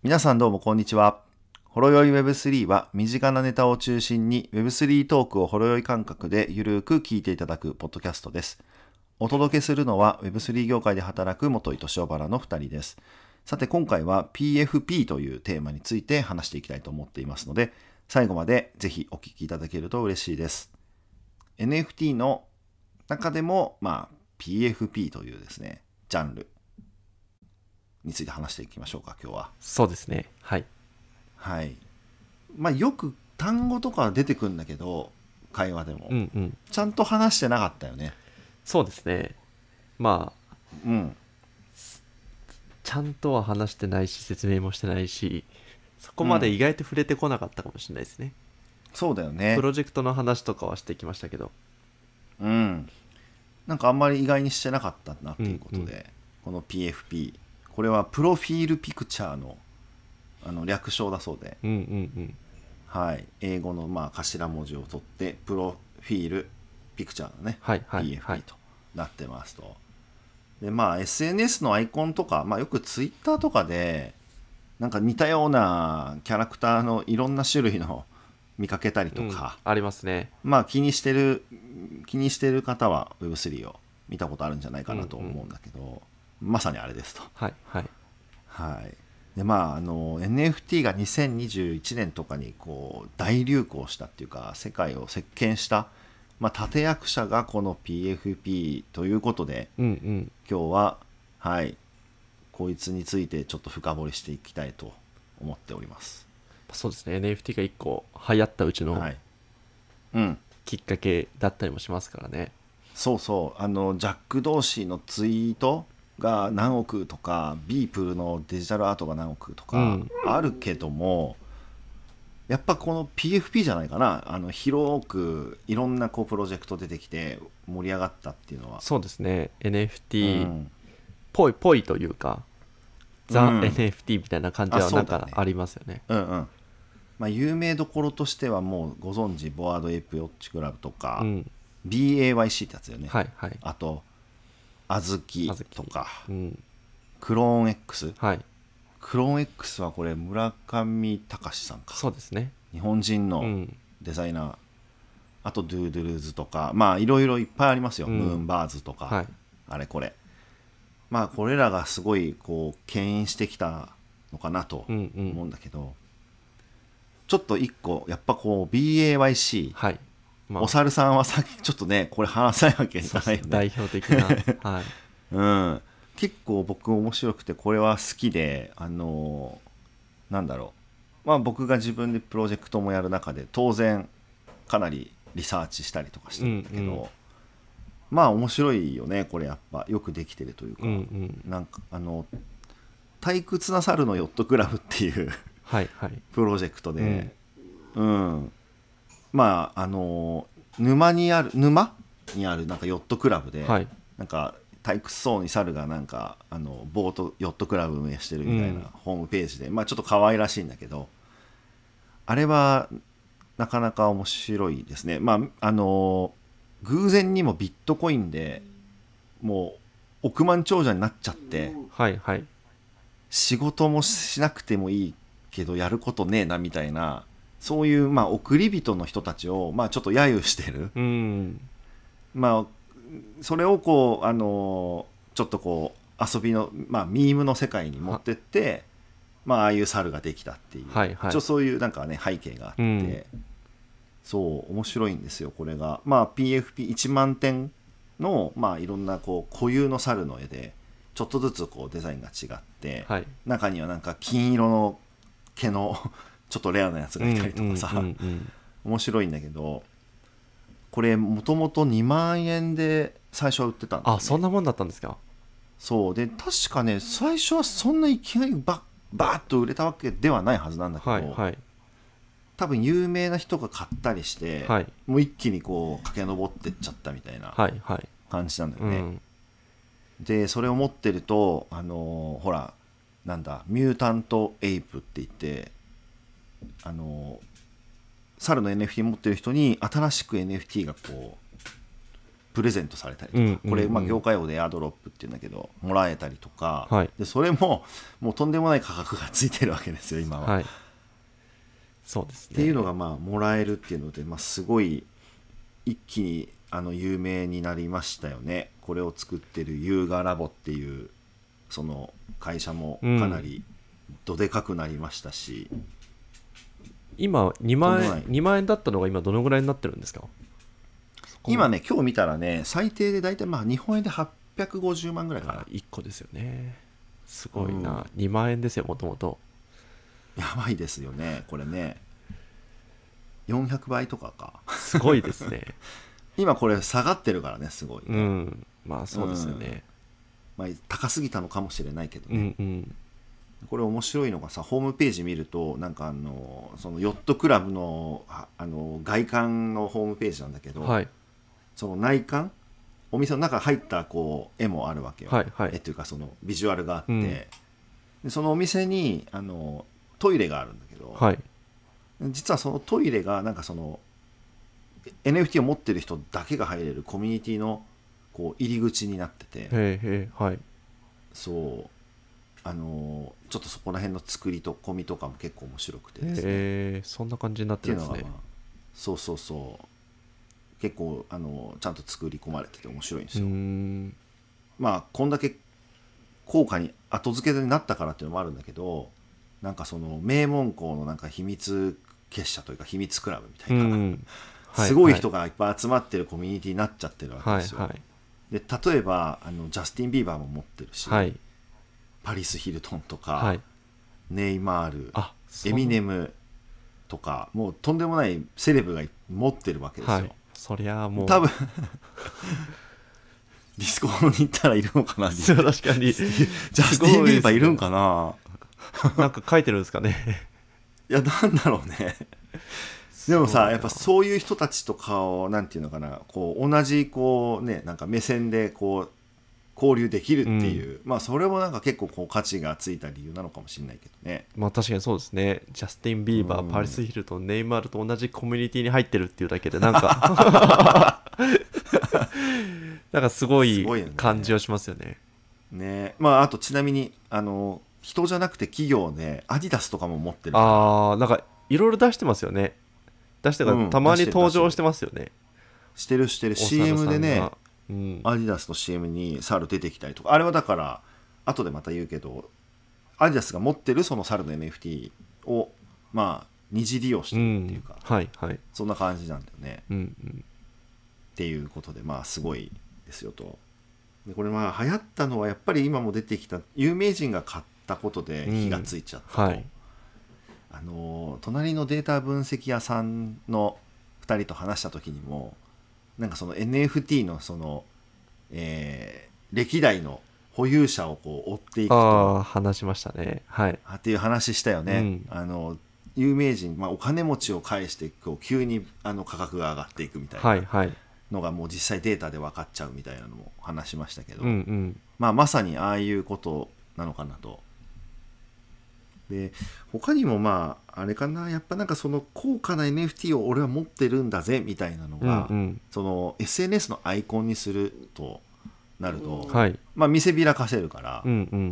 皆さんどうもこんにちは。ほろよい Web3 は身近なネタを中心に Web3 トークをほろよい感覚でゆるく聞いていただくポッドキャストです。お届けするのは Web3 業界で働く元井敏夫原の2人です。さて今回は PFP というテーマについて話していきたいと思っていますので、最後までぜひお聞きいただけると嬉しいです。NFT の中でも、PFP というですね、ジャンルについて話していきましょうか、今日は。 そうですね。はい。 はい。よく単語とか出てくるんだけど、会話でも。 うんうん。 ちゃんと話してなかったよね。 そうですね。まあ、 うん。 ちゃんとは話してないし、説明もしてないし、そこまでうん。 意外と触れてこなかったかもしれないですね。 そうだよね。 プロジェクトの話とかはしてきましたけど。 うん。なんかあんまり意外にしてなかったなっていうこうんとで、この PFP。これはプロフィールピクチャーの、略称だそうで、 うん。うんうんはい。英語の頭文字を取って、プロフィールピクチャーのね、 はいはいは PFP い。 となってますと。で、SNS のアイコンとか、よく Twitter とかで、なんか似たようなキャラクターのいろんな種類の見かけたりうん。 とか、 ありますね。 気にしてる方は Web3 を見たことあるんじゃないかなとうんうん。 思うんだけど、まさにあれですと。 はいはい。 はい。で、NFT が2021年とかにこう大流行したっていうか、世界を席巻した、立役者がこの PFP ということで、 うんうん。 今日は、はい、こいつについてちょっと深掘りしていきたいと思っております。 そうですね。NFT が一個流行ったうちのはい。うん。 きっかけだったりもしますからね。 そうそう。ジャック・ドーシーのツイートが何億とか、ビープルのデジタルアートが何億とかうん。 あるけども、やっぱこの PFP じゃないかな。広くいろんなこうプロジェクト出てきて盛り上がったっていうのは。 そうですね。NFT っうん。 ぽいというか、ザ・うん。 NFT みたいな感じあ、 はそうだね。 なんかありますよね。 うんうん。有名どころとしてはもうご存知、ボワードエイプウォッチクラブとか、 うん。 BAYC ってやつよね。 はいはい。 あと、あずきあずき。 とか、 うん。 クローン X。 はい。 クローン X はこれ村上隆さんか。 そうですね。 日本人のうん。 デザイナー。あとドゥードゥルーズとか、いろいろいっぱいありますよ。 うん。 ムーンバーズとか、 はい。 あれこれ。これらがすごいこう牽引してきたのかなとうんうん。 思うんだけど、ちょっと一個やっぱこう BAYC、 はい。まあ、 お猿さんはさっきちょっとねこれ話さないわけにいそうですね。 かないよね。 代表的な。はい。 うん。結構僕面白くてこれは好きで、なんだろう、僕が自分でプロジェクトもやる中で当然かなりリサーチしたりとかしうんてるんだうん。 けど、面白いよねこれ。やっぱよくできてるといううんうか、 ん。 なんか退屈な猿のヨットクラブっていうはいはい。 プロジェクトうん。 で、うん、沼にあるなんかヨットクラブで、 はい。 なんか退屈そうに猿がなんかボートヨットクラブ運営してるみたいなうん。 ホームページで、ちょっと可愛らしいんだけど、あれはなかなか面白いですね。偶然にもビットコインでもう億万長者になっちゃって、 はいはい。 仕事もしなくてもいいけどやることねえなみたいな、そういう送り人の人たちをちょっと揶揄してる。 うん。 まそれをこうちょっとこう遊びのミームの世界に持っは、 てって、ああいう猿ができたっていう、 はいはい。 一応そういうなんかね背景があっうん。 て、そう面白いんですよこれが。PFP1 万点のいろんなこう固有の猿の絵でちょっとずつこうデザインが違って、 はい。 中にはなんか金色の毛のちょっとレアなやつうんうがいたりとかんうんさ、 うん。 面白いんだけど、これもともと2万円で最初は売ってたんだあ、 よね。 そんなもんだったんですか？ そうで、確かね最初はそんないきなりバーッと売れたわけではないはずなんだけど、 はいはい。 多分有名な人が買ったりして、 はい。 もう一気にこう駆け上ってっちゃったみたいなはいはい。 感じなんだよね。 うん。 でそれを持ってるとほらなんだミュータントエイプって言って、あの猿の NFT 持ってる人に新しく NFT がこうプレゼントされたりとか、 うんうんうん、 これまあ業界用でエアドロップっていうんだけどもらえたりとか、 はい、 でそれももうとんでもない価格がついてるわけですよ今は、 はい、そうですね。 っていうのがまあもらえるっていうので、まあ、すごい一気に有名になりましたよね。これを作ってるユーガラボっていうその会社もかなりどでかくなりましたし、 今2万円だったのが今どのぐらいになってるんですか？ 今ね今日見たらね最低で大体まあ日本円で850万ぐらいかな。 1個ですよね。すごいな、2万円ですよもともと。 やばいですよねこれね。400倍とかか。 すごいですね。 今これ下がってるからねすごいね、 うん、まあそうですよね、 まあ、高すぎたのかもしれないけどね、 うんうん、 これ面白いのがさホームページ見るとなんかそのヨットクラブの外観のホームページなんだけど、 はい、 その内観お店の中入ったこう絵もあるわけよ、 はいはい、 絵っていうかそのビジュアルがあって、 うん、 でそのお店にトイレがあるんだけど、 はい、 実はそのトイレがなんかその NFT を持ってる人だけが入れるコミュニティのこう入り口になってて、 はい、 そうちょっとそこら辺の作りと込みとかも結構面白くてですね、 そんな感じになってるんですね。 っていうのが、まあ、そうそうそう結構ちゃんと作り込まれてて面白いんですよ。まあこんだけ効果に後付けになったからっていうのもあるんだけど、なんかその名門校のなんか秘密結社というか秘密クラブみたいな、すごい人がいっぱい集まってるコミュニティになっちゃってるわけですよ、 はいはい、 で例えばジャスティン・ビーバーも持ってるし、 はい、 パリス・ヒルトンとか、 はい、 ネイマール、エミネムとかもうとんでもないセレブが持ってるわけですよ、はい、 そりゃもう多分ディスコードに行ったらいるのかな確かにジャスティン・ビーバーいるんかななんか書いてるんですかねいやなんだろうねでもさやっぱそういう人たちとかをなんていうのかなこう同じこうねなんか目線でこう交流できるっていう、まあそれもなんか結構こう価値がついた理由なのかもしれないけどね。 まあ確かにそうですね。ジャスティン・ビーバー、パリス・ヒルトン、ネイマールと同じコミュニティに入ってるっていうだけでなんかなんかすごい感じはしますよね。 ね、まああとちなみに人じゃなくて企業でアディダスとかも持ってるからなんかいろいろ出してますよね。出してからたまに登場してますよね。 してる CM でね、アディダスの CM にサル出てきたりとか、あれはだから後でまた言うけどアディダスが持ってるそのサルの NFT をまあ二次利用してるっていうか、 はいはい、 そんな感じなんだよね、 っていうことでまあすごいですよと。でこれまあ流行ったのはやっぱり今も出てきた有名人が買ったことで火がついちゃったと、はい、隣のデータ分析屋さんの2人と話した時にもなんかその NFT のその、歴代の保有者をこう追っていくと話しましたね、はい、 っていう話したよね、有名人、お金持ちを介してこう急に価格が上がっていくみたいなのがもう実際データで分かっちゃうみたいなのも話しましたけど、まさにああいうことなのかなと。で他にもあれかなやっぱなんかその高価な NFT を俺は持ってるんだぜみたいなのが、その SNS のアイコンにするとなると、見せびらかせるから、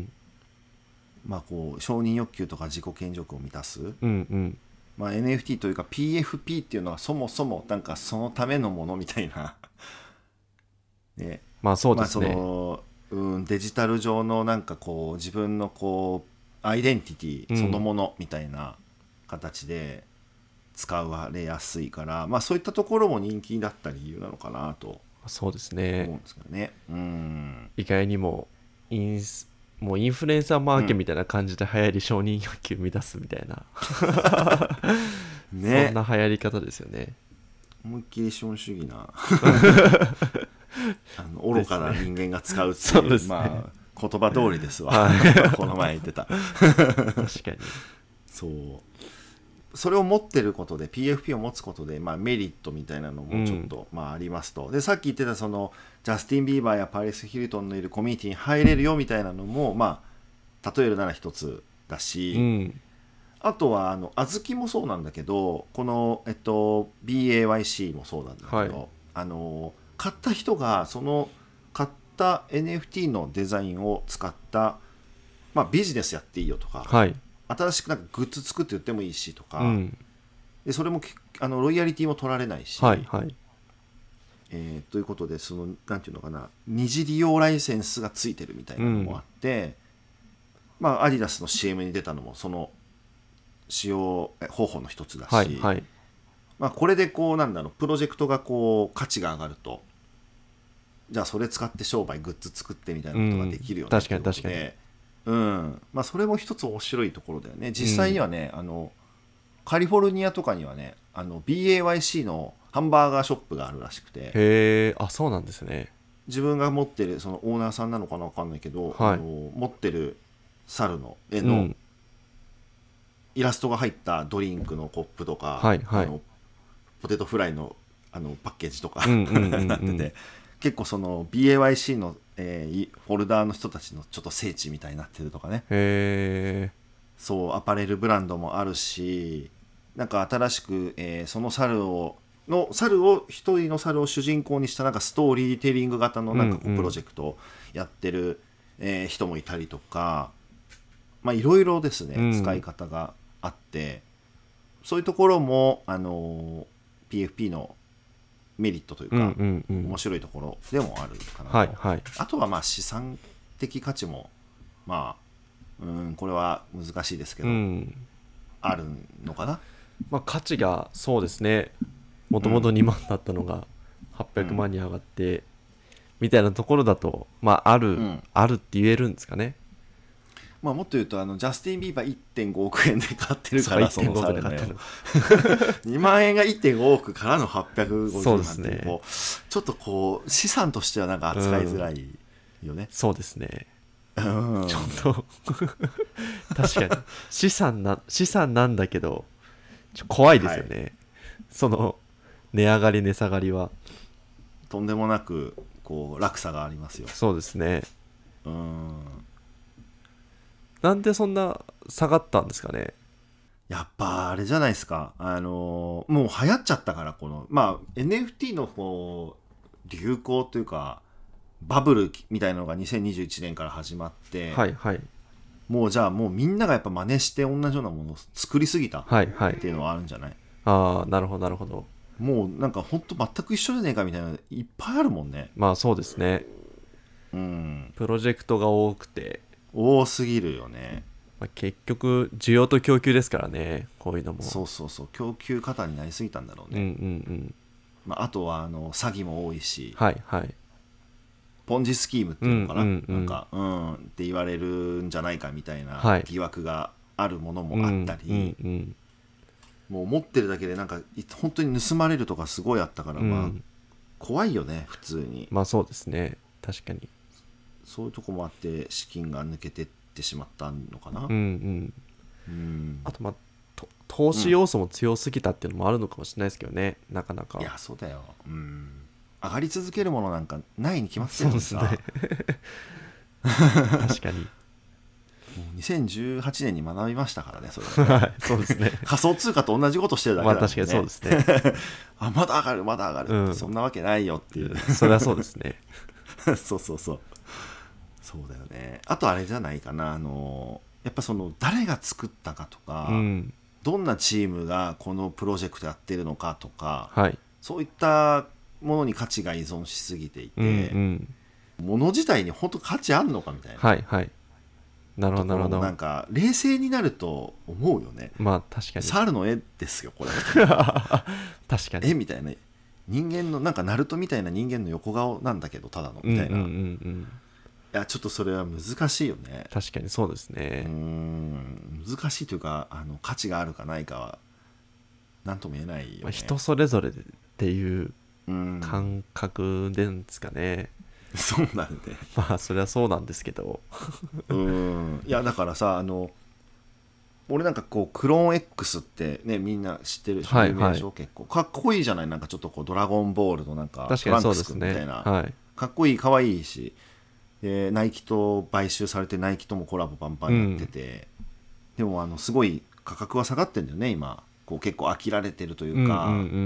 こう承認欲求とか自己顕示欲を満たす、NFT というか PFP っていうのはそもそもなんかそのためのものみたいなね、 そうですね、 デジタル上のなんかこう自分のこうアイデンティティそのものみたいな形で使われやすいから、そういったところも人気だった理由なのかなとそうですね思うんですけどね。 意外にももうインフルエンサーマーケみたいな感じで流行り承認欲求満たすみたいな、ね、そんな流行り方ですよね。 思いっきり資本主義な愚かな人間が使うっていう、言葉通りですわこの前言ってた確かにそれを持ってることで PFP を持つことで、メリットみたいなのもちょっと、ありますと。でさっき言ってたそのジャスティン・ビーバーやパリス・ヒルトンのいるコミュニティに入れるよみたいなのも例えるなら一つだし、あとはあずきもそうなんだけどこの、BAYC もそうなんだけど、 買った人がその買った NFT のデザインを使った、まあ、ビジネスやっていいよとか、 はい、 新しくなんかグッズ作って売ってもいいしとか、 うん、 でそれもロイヤリティも取られないし、 はいはい、 ということでそのなんていうのかな、二次利用ライセンスがついてるみたいなのもあって、まあアディダスの CM に出たのもその使用方法の一つだし、 はいはい、 まあ、これでこうなんだろう、プロジェクトがこう価値が上がると、じゃあそれ使って商売グッズ作ってみたいなことができるよね、 確かに確かに、 まあ、それも一つ面白いところだよね。実際にはね、カリフォルニアとかにはねBAYC のハンバーガーショップがあるらしくて、 へえ、あ、そうなんですね。 自分が持ってるそのオーナーさんなのかな分かんないけど、 はい、 持ってる猿の絵のイラストが入ったドリンクのコップとか、 はいはい、 ポテトフライのパッケージとかうんうんうんうんなってて、結構その BAYC の、フォルダーの人たちのちょっと聖地みたいになってるとかね。 へえ、 そうアパレルブランドもあるし、なんか新しく、その猿を一人の猿を主人公にしたなんかストーリーテリング型のなんかこうプロジェクトをやってる、人もいたりとか、まあいろいろですね、使い方があって、そういうところもPFP のメリットというか、面白いところでもあるかなと、 はいはい、 あとはまあ資産的価値もまあこれは難しいですけど、あるのかな。 まあ価値がそうですね、もともと2万だったのが800万に上がって、みたいなところだとまああるって言えるんですかね。 まあ、もっと言うとジャスティン・ビーバー 1.5 億円で買ってるから、その差で2万円が 1.5 億からの850万って、ね、ちょっとこう資産としてはなんか扱いづらいよね。 そうですね、ちょっと確かに資産なんだけど怖いですよね、はい、その値上がり値下がりはとんでもなくこう落差がありますよ。 そうですね。なんでそんな下がったんですかね。 やっぱあれじゃないですか、もう流行っちゃったから、このまあ NFT のこう流行というかバブルみたいなのが2021年から始まって、 はいはい、 もうじゃあもうみんながやっぱ真似して同じようなものを作りすぎたっていうのはあるんじゃない、 ああ、なるほどなるほど。 もうなんかほんと全く一緒じゃねえかみたいなのいっぱいあるもんね。 まあそうですね、プロジェクトが多くて多すぎるよね。 まあ、結局需要と供給ですからね、こういうのも。 そうそうそう、供給過多になりすぎたんだろうね。まあ、あとは詐欺も多いし、 はいはい、 ポンジスキームっていうのかな、なんかって言われるんじゃないかみたいな疑惑があるものもあったり、もう持ってるだけでなんか本当に盗まれるとかすごいあったから、まあ怖いよね普通に。 まあそうですね、確かにそういうとこもあって資金が抜けてってしまったのかな。 あとまあ投資要素も強すぎたっていうのもあるのかもしれないですけどね、なかなか。 いやそうだよ、上がり続けるものなんかないに決まってるんですさ。 確かにもう2018年に学びましたからね、それは、ね、そうですね。 仮想通貨と同じことしてるだけだもんね。 まあ確かにそうですね。 あ、まだ上がるまだ上がる、そんなわけないよっていう、 それはそうですね。 そうだよね。あとあれじゃないかな、やっぱその誰が作ったかとか、どんなチームがこのプロジェクトやってるのかとか、そういったものに価値が依存しすぎていて、もの自体に本当価値あるのかみたいな、なるほどなるほど。なんか冷静になると思うよね。 まあ確かに猿の絵ですよこれ。 確かに絵みたいな、人間のなんかナルトみたいな人間の横顔なんだけどただのみたいな、いやちょっとそれは難しいよね。 確かにそうですね。 難しいというか価値があるかないかは何とも言えないよね。 まあ、人それぞれっていう感覚ですかね。 そうなんで、 まあそれはそうなんですけどいやだからさ俺なんかこうクローン X ってねみんな知ってる人有名でしょ、結構かっこいいじゃない、なんかちょっとこうドラゴンボールのなんか確かにそうですね、 トランクスみたいな、かっこいいかわいいし、ナイキと買収されてナイキともコラボパンパンやってて、でもすごい価格は下がってんだよね今、こう結構飽きられてるというか、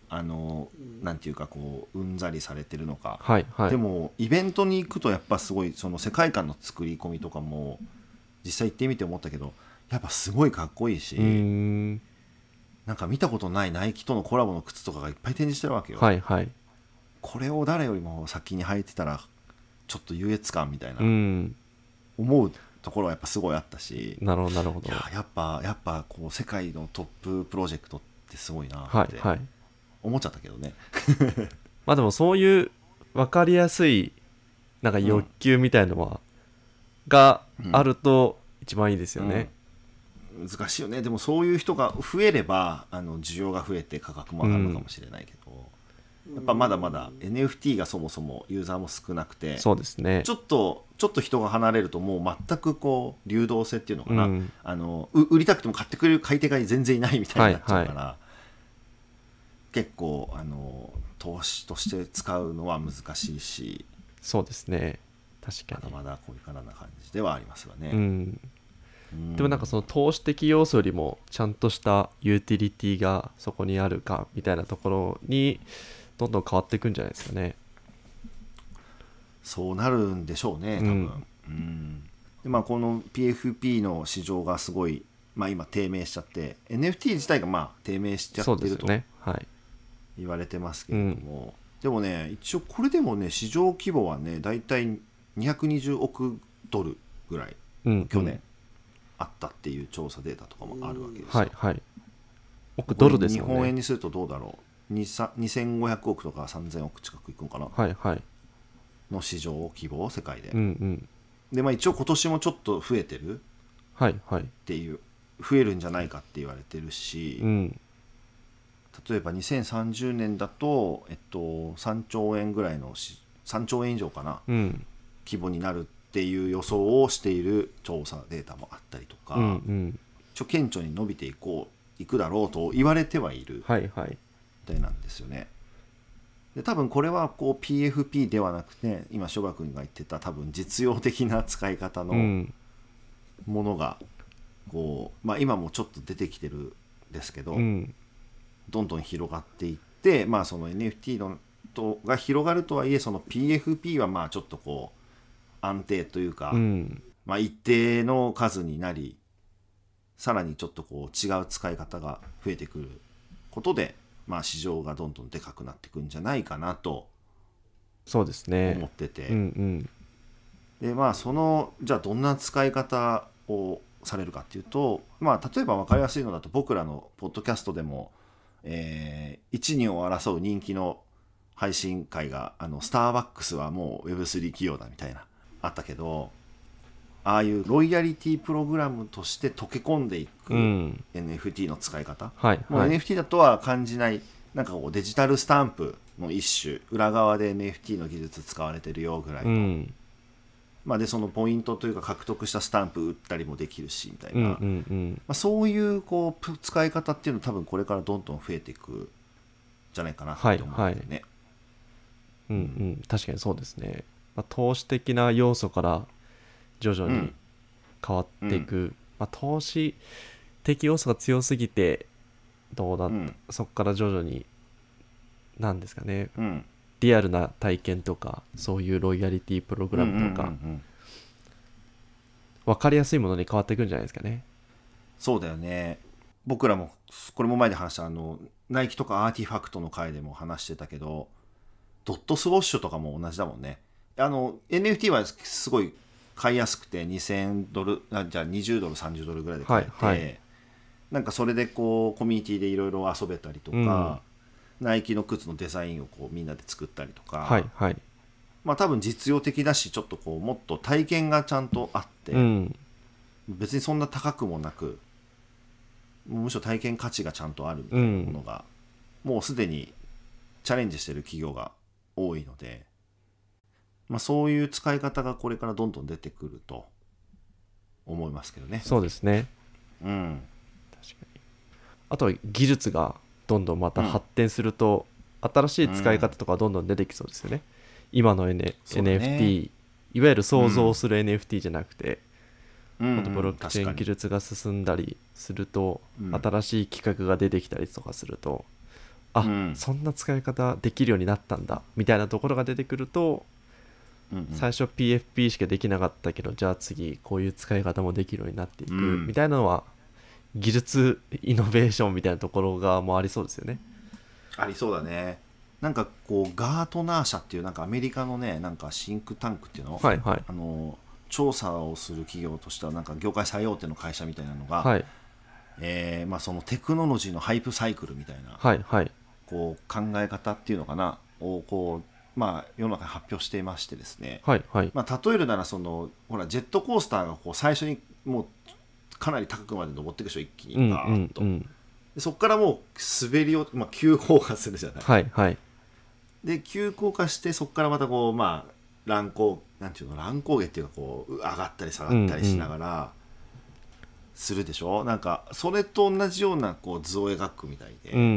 なんていうかこううんざりされてるのか、 はいはい、 でもイベントに行くとやっぱすごいその世界観の作り込みとかも実際行ってみて思ったけどやっぱすごいかっこいいし、なんか見たことないナイキとのコラボの靴とかがいっぱい展示してるわけよ、 はいはい、 これを誰よりも先に履いてたらちょっと優越感みたいな、 思うところはやっぱすごいあったし、 なるほどなるほど、 やっぱこう世界のトッププロジェクトってすごいなって思っちゃったけどね、 まあでもそういう分かりやすいなんか欲求みたいのは、があると一番いいですよね、 難しいよね。でもそういう人が増えれば需要が増えて価格も上がるのかもしれないけど、やっぱまだまだ NFT がそもそもユーザーも少なくて、 そうですね、 ちょっと人が離れるともう全くこう流動性っていうのかな、売りたくても買ってくれる買い手が全然いないみたいになっちゃうから、結構投資として使うのは難しいし、 そうですね、確かにまだまだこれからな感じではありますわね、 でもなんかその投資的要素よりもちゃんとしたユーティリティがそこにあるかみたいなところにどんどん変わっていくんじゃないですかね。 そうなるんでしょうね多分、でこの PFP の市場がすごい、今低迷しちゃって NFT 自体が低迷しちゃってると言われてますけれども、でもね一応これでもね市場規模はねだいたい220億ドルぐらい、去年あったっていう調査データとかもあるわけですよ、 億ドルですよね。 日本円にするとどうだろう、2500億とか3000億近くいくのかな、の市場規模世界で、で一応今年もちょっと増えてるっていう、増えるんじゃないかって言われてるし、例えば2030年だと、3兆円ぐらいの3兆円以上かな、規模になるっていう予想をしている調査データもあったりとか、顕著に伸びていくだろうと言われてはいるみたいなんですよね。で多分これはこう PFP ではなくて今諸君が言ってた多分実用的な使い方のものがこう、今もちょっと出てきてるんですけど、どんどん広がっていって、その NFT が広がるとはいえその PFP はちょっとこう安定というか、一定の数になりさらにちょっとこう違う使い方が増えてくることで、市場がどんどんでかくなっていくんじゃないかなと思ってて、でそのじゃあどんな使い方をされるかっていうと、例えば分かりやすいのだと僕らのポッドキャストでも、1、2を争う人気の配信会がスターバックスはもう Web3 企業だみたいなあったけど、ああいうロイヤリティプログラムとして溶け込んでいく NFT の使い方、もう NFT だとは感じないなんかこうデジタルスタンプの一種、裏側で NFT の技術使われてるよぐらいの、でそのポイントというか獲得したスタンプ売ったりもできるしみたいな、そういうこう使い方っていうの多分これからどんどん増えていくんじゃないかなと思うんだよね。 確かにそうですね。投資的な要素から徐々に変わっていく、投資的要素が強すぎてそこから徐々に何ですかね、リアルな体験とかそういうロイヤリティプログラムとか、分かりやすいものに変わっていくんじゃないですかね。 そうだよね。僕らもこれも前で話したナイキとかアーティファクトの回でも話してたけど、ドットスウォッシュとかも同じだもんね。NFT はすごい買いやすくて2000ドルじゃあ20ドル30ドルぐらいで買えて、なんかそれでこうコミュニティでいろいろ遊べたりとか、ナイキの靴のデザインをこうみんなで作ったりとか、多分実用的だしちょっとこうもっと体験がちゃんとあって、別にそんな高くもなくむしろ体験価値がちゃんとあるみたいなものが、もうすでにチャレンジしてる企業が多いので、そういう使い方がこれからどんどん出てくると思いますけどね。 そうですね。確かに。あとは技術がどんどんまた発展すると、新しい使い方とかどんどん出てきそうですよね。今の、NFT、いわゆる想像する NFT じゃなくて、もっとブロックチェーン技術が進んだりすると、新しい企画が出てきたりとかすると、 あ、 うんそんな使い方できるようになったんだみたいなところが出てくると、 うんうん最初 PFP しかできなかったけど、じゃあ次こういう使い方もできるようになっていくうんみたいなのは、技術イノベーションみたいなところがもうありそうですよね。 ありそうだね。なんかこうガートナー社っていうなんかアメリカのねなんかシンクタンクっていうの、 はいはい調査をする企業としてはなんか業界最大手の会社みたいなのが、 はいまあ、そのテクノロジーのハイプサイクルみたいなはいはいこう考え方っていうのかなをこう、まあ、世の中に発表していましてですね、 はいはいまあ、例えるならそのほらジェットコースターがこう最初にもうかなり高くまで登っていくでしょ一気うんにバーッと、 うんでそこからもう滑りを、まあ、急降下するじゃない、 はいはいで急降下してそこからまたこうまあ乱高なんていうの乱高下っていうかこう上がったり下がったりしながらするでしょ、なんかそれと同じようなこう図を描くみたいで、 うん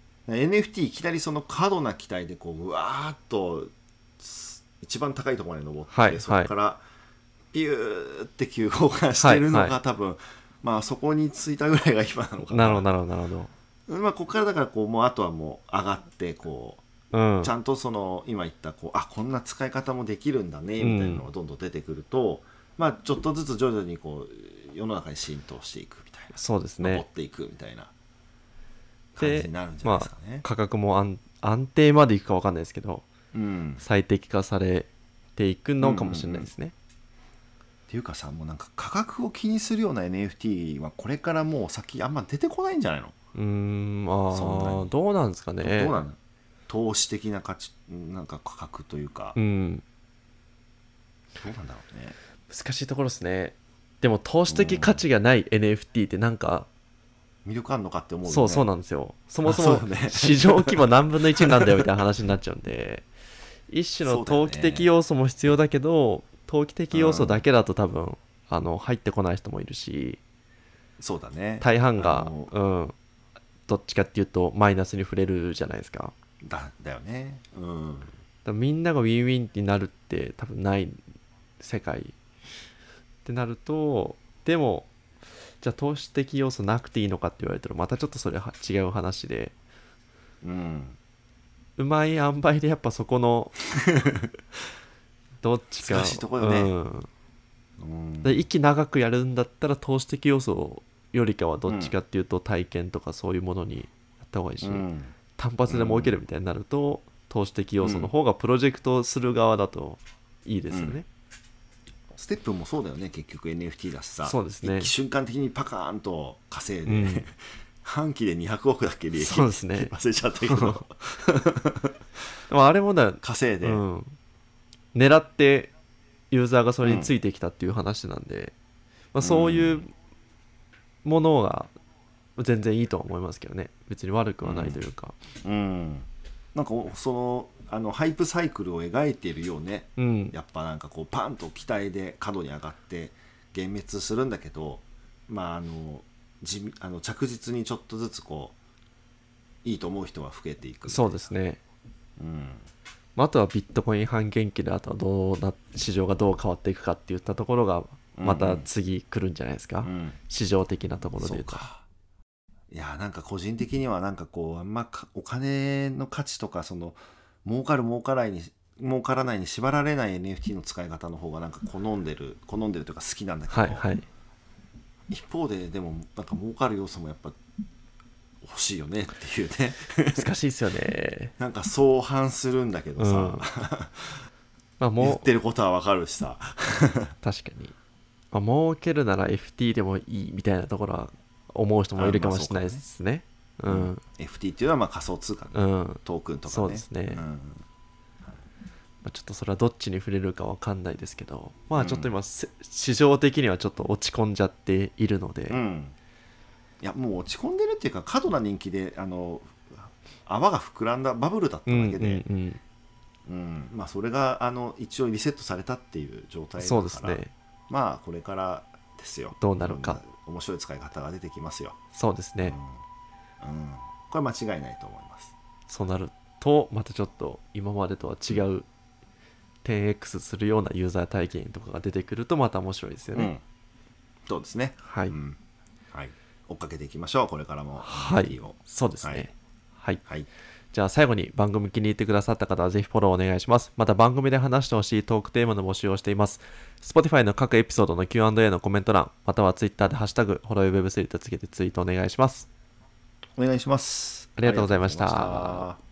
NFT いきなりその過度な機体でこううわーっと一番高いところまで登って、 はいそこからピューって急降下してるのが、 はいはい多分まあそこに着いたぐらいが今なのかな。 なるほどなるほどなるほまあここからだからこうもうあとはもう上がってこうど。うんちゃんとその今言ったこうこんな使い方もできるんだねみたいなのがどんどん出てくると、まあちょっとずつ徐々にこう世の中に浸透していくみたいな、 そうですね。 残っていくみたいな感じになるんじゃないですかね。 価格も安定までいくか分かんないですけど、 うん最適化されていくのかもしれないですね。 っていうかさ、もうなんか価格を気にするような NFT はこれからもう先あんま出てこないんじゃないの？そんなにどうなんですかね。 どうなの？投資的な価値なんか価格というか、 うんどうなんだろうね。 難しいところですね。でも投資的価値がない NFT ってなんか、 魅力あるのかって思うよね。 そうなんですよ。そもそもそうね市場規模何分の1なんだよみたいな話になっちゃうんで、一種の投機的要素も必要だけど、投機的要素だけだと多分入ってこない人もいるし、 そうだね。 大半がどっちかっていうとマイナスに触れるじゃないですか。 だよね。うん。 だからみんながウィンウィンになるって多分ない世界ってなると、でもじゃあ投資的要素なくていいのかって言われたらまたちょっとそれは違う話で、うまい塩梅でやっぱそこのどっちか難しいところよね。 で息長くやるんだったら投資的要素よりかはどっちかっていうと体験とかそういうものにやった方がいいし、単発で儲けるみたいになると、投資的要素の方がプロジェクトする側だといいですよね。 ステップもそうだよね。結局 NFT だしさ、 そうですね。 一気瞬間的にパカーンと稼いで、半期で200億だっけ利益、 そうですね。 忘れちゃったけどでもあれも稼いで、 狙ってユーザーがそれについてきたっていう話なんで、そういうものが全然いいとは思いますけどね。別に悪くはないというか、 なんかそのハイプサイクルを描いているよね。やっぱなんかこうパンと機体で角に上がって幻滅するんだけど、着実にちょっとずつこういいと思う人は増えていく。 そうですね。あとはビットコイン半減期であとは市場がどう変わっていくかっていったところがまた次来るんじゃないですか、市場的なところで言うと。 いやなんか個人的にはなんかこうあんまお金の価値とかその儲かる儲からないに縛られない NFT の使い方の方がなんか好んでるというか好きなんだけど、一方ででもなんか儲かる要素もやっぱ欲しいよねっていうね難しいですよねなんか相反するんだけどさ、言ってることはわかるしさ確かに、儲けるなら FT でもいいみたいなところは思う人もいるかもしれないですね。 FT っていうのは仮想通貨、トークンとかね。 そうですね。ちょっとそれはどっちに触れるかわかんないですけど、ちょっと今、市場的にはちょっと落ち込んじゃっているので、 いやもう落ち込んでるっていうか過度な人気で泡が膨らんだバブルだっただけで、それが一応リセットされたっていう状態だから、 そうですね。 これからですよ。 どうなるか。 面白い使い方が出てきますよ。 そうですね。 これ間違いないと思います。 そうなるとまたちょっと今までとは違う 10X するようなユーザー体験とかが出てくるとまた面白いですよね。 そうですね。 はい。 追っかけていきましょうこれからも。 はい。そうですね。 はい。 はい。 じゃあ最後に番組気に入ってくださった方はぜひフォローお願いします。また番組で話してほしいトークテーマの募集をしています。Spotify の各エピソードの Q&A のコメント欄、または Twitter でハッシュタグ、ほろよ Web3 とつけてツイートお願いします。 お願いします。 ありがとうございましありがとうございました。 た。